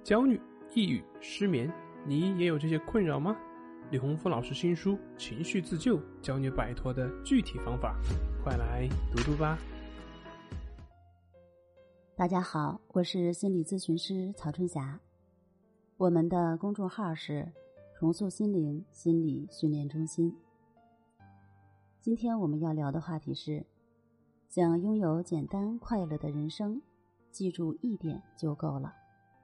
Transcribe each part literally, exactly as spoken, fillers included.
焦虑、抑郁、失眠，你也有这些困扰吗？李洪福老师新书《情绪自救》教你摆脱的具体方法，快来读读吧。 大家好，我是心理咨询师曹春霞，我们的公众号是重塑心灵心理训练中心。今天我们要聊的话题是，想拥有简单快乐的人生，记住一点就够了。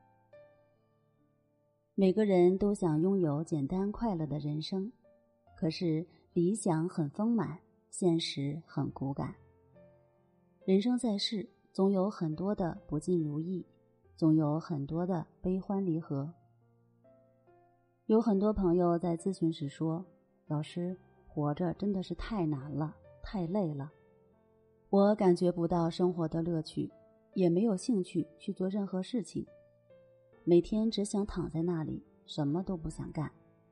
每个人都想拥有简单快乐的人生，可是理想很丰满，现实很骨感。人生在世，总有很多的不尽如意，总有很多的悲欢离合。有很多朋友在咨询时说，老师，活着真的是太难了，太累了，我感觉不到生活的乐趣，也没有兴趣去做任何事情，每天只想躺在那里，什么都不想干。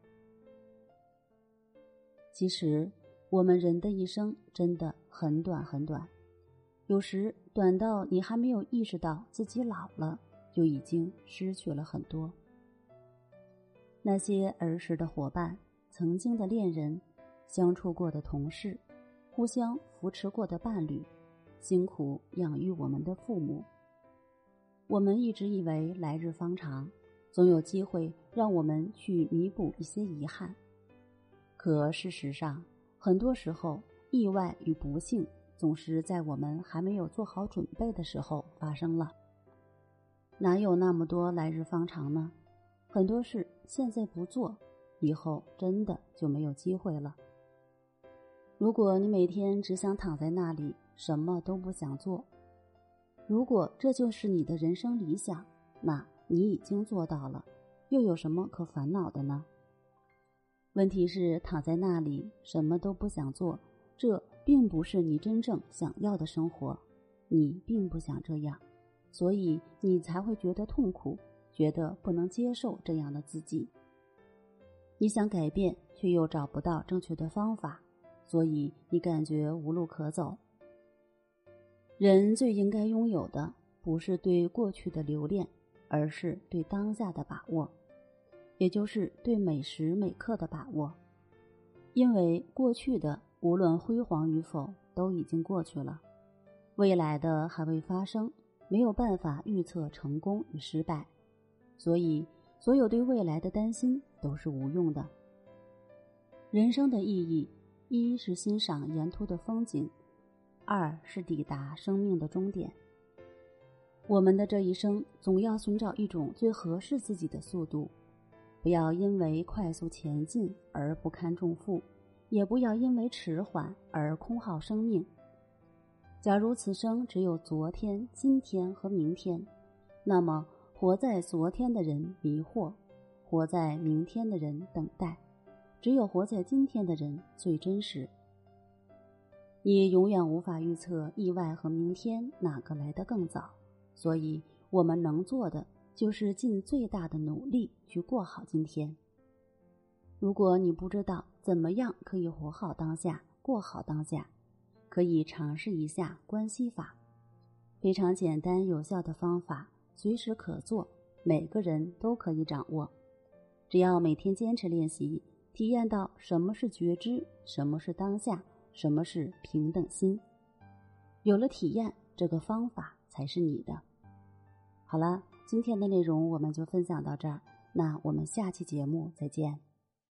其实我们人的一生真的很短很短，有时短到你还没有意识到自己老了，就已经失去了很多。那些儿时的伙伴，曾经的恋人，相处过的同事，互相扶持过的伴侣，辛苦养育我们的父母，我们一直以为来日方长，总有机会让我们去弥补一些遗憾。可事实上，很多时候意外与不幸总是在我们还没有做好准备的时候发生了。哪有那么多来日方长呢？很多事现在不做，以后真的就没有机会了。如果你每天只想躺在那里，什么都不想做，如果这就是你的人生理想，那你已经做到了，又有什么可烦恼的呢？问题是躺在那里什么都不想做，这并不是你真正想要的生活，你并不想这样，所以你才会觉得痛苦，觉得不能接受这样的自己。你想改变，却又找不到正确的方法，所以你感觉无路可走。人最应该拥有的，不是对过去的留恋，而是对当下的把握，也就是对每时每刻的把握。因为过去的无论辉煌与否都已经过去了，未来的还未发生，没有办法预测成功与失败，所以所有对未来的担心都是无用的。人生的意义，一是欣赏沿途的风景，二是抵达生命的终点。我们的这一生总要寻找一种最合适自己的速度，不要因为快速前进而不堪重负，也不要因为迟缓而空耗生命。假如此生只有昨天、今天和明天，那么活在昨天的人迷惑，活在明天的人等待，只有活在今天的人最真实。你永远无法预测意外和明天哪个来得更早，所以我们能做的就是尽最大的努力去过好今天。如果你不知道怎么样可以活好当下，过好当下，可以尝试一下关系法，非常简单有效的方法，随时可做，每个人都可以掌握。只要每天坚持练习，体验到什么是觉知，什么是当下，什么是平等心。有了体验，这个方法才是你的。好了，今天的内容我们就分享到这儿，那我们下期节目再见。